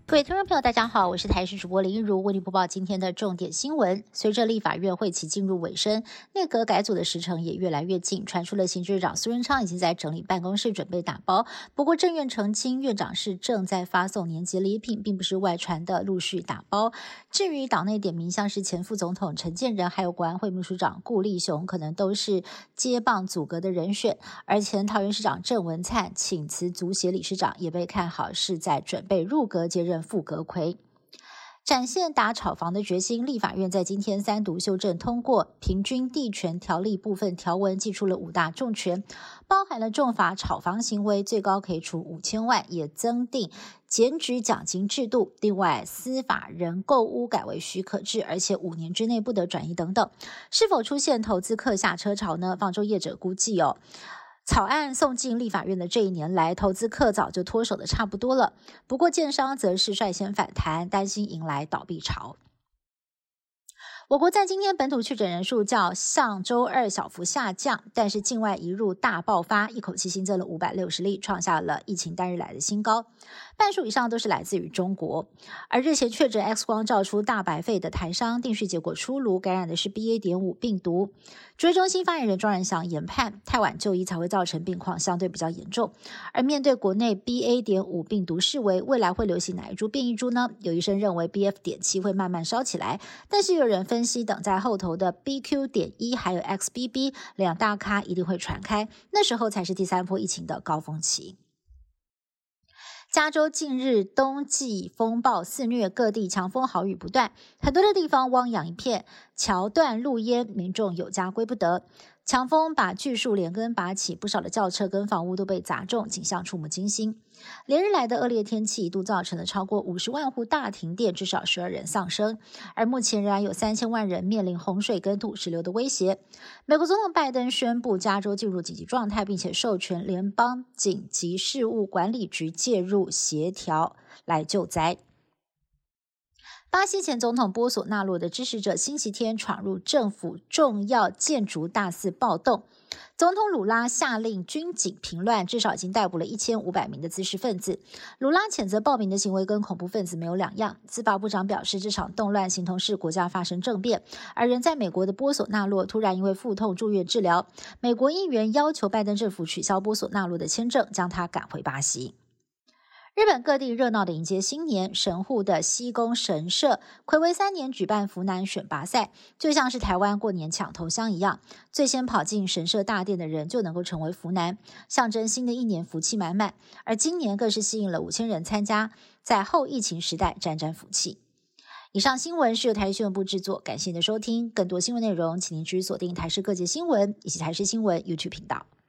各位听众朋友，大家好，我是台视主播林一如，为您播报今天的重点新闻。随着立法院会期进入尾声，内阁改组的时程也越来越近，传出了新局长苏贞昌已经在整理办公室，准备打包。不过政院澄清，院长是正在发送年节礼品，并不是外传的陆续打包。至于党内点名，像是前副总统陈建仁，还有国安会秘书长顾立雄，可能都是接棒组阁的人选。而前桃园市长郑文灿请辞足协理事长，也被看好是在准备入阁接任副阁揆。展现打炒房的决心，立法院在今天三读修正通过平均地权条例部分条文，祭出了5大重拳，包含了重罚炒房行为，最高可以处5000万，也增订检举奖金制度。另外，司法人购屋改为许可制，而且5年之内不得转移等等。是否出现投资客下车潮呢？房仲业者估计草案送进立法院的这1年来，投资客早就脱手的差不多了。不过建商则是率先反弹，担心迎来倒闭潮。我国在今天本土确诊人数较上周二小幅下降，但是境外移入大爆发，一口气新增了560例，创下了疫情单日来的新高，半数以上都是来自于中国。而日前确诊 X 光照出大白肺的台商定序结果出炉，感染的是 BA.5 病毒。指挥中心发言人庄仁祥研判，太晚就医才会造成病况相对比较严重。而面对国内 BA.5 病毒式微，未来会流行哪一株变异株呢？有医生认为 BF.7 会慢慢烧起来，但是有人分析等在后头的 BQ.1 还有 XBB 2大咖一定会传开，那时候才是第3波疫情的高峰期。加州近日冬季风暴肆虐，各地强风豪雨不断，很多的地方汪洋一片，桥断路淹，民众有家归不得。强风把巨树连根拔起，不少的轿车跟房屋都被砸中，景象触目惊心。连日来的恶劣天气一度造成了超过50万户大停电，至少12人丧生，而目前仍然有3000万人面临洪水跟土石流的威胁。美国总统拜登宣布加州进入紧急状态，并且授权联邦紧急事务管理局介入协调来救灾。巴西前总统波索纳罗的支持者星期天闯入政府重要建筑大肆暴动，总统鲁拉下令军警平乱，至少已经逮捕了1500名的滋事分子。鲁拉谴责暴民的行为跟恐怖分子没有两样。司法部长表示，这场动乱形同是国家发生政变。而人在美国的波索纳罗突然因为腹痛住院治疗，美国议员要求拜登政府取消波索纳罗的签证，将他赶回巴西。日本各地热闹的迎接新年，神户的西宫神社睽违3年举办福男选拔赛，就像是台湾过年抢头香一样，最先跑进神社大殿的人就能够成为福男，象征新的一年福气满满。而今年更是吸引了5000人参加，在后疫情时代沾沾福气。以上新闻是由台视新闻部制作，感谢您的收听。更多新闻内容，请您持续锁定台视各界新闻以及台视新闻 YouTube 频道。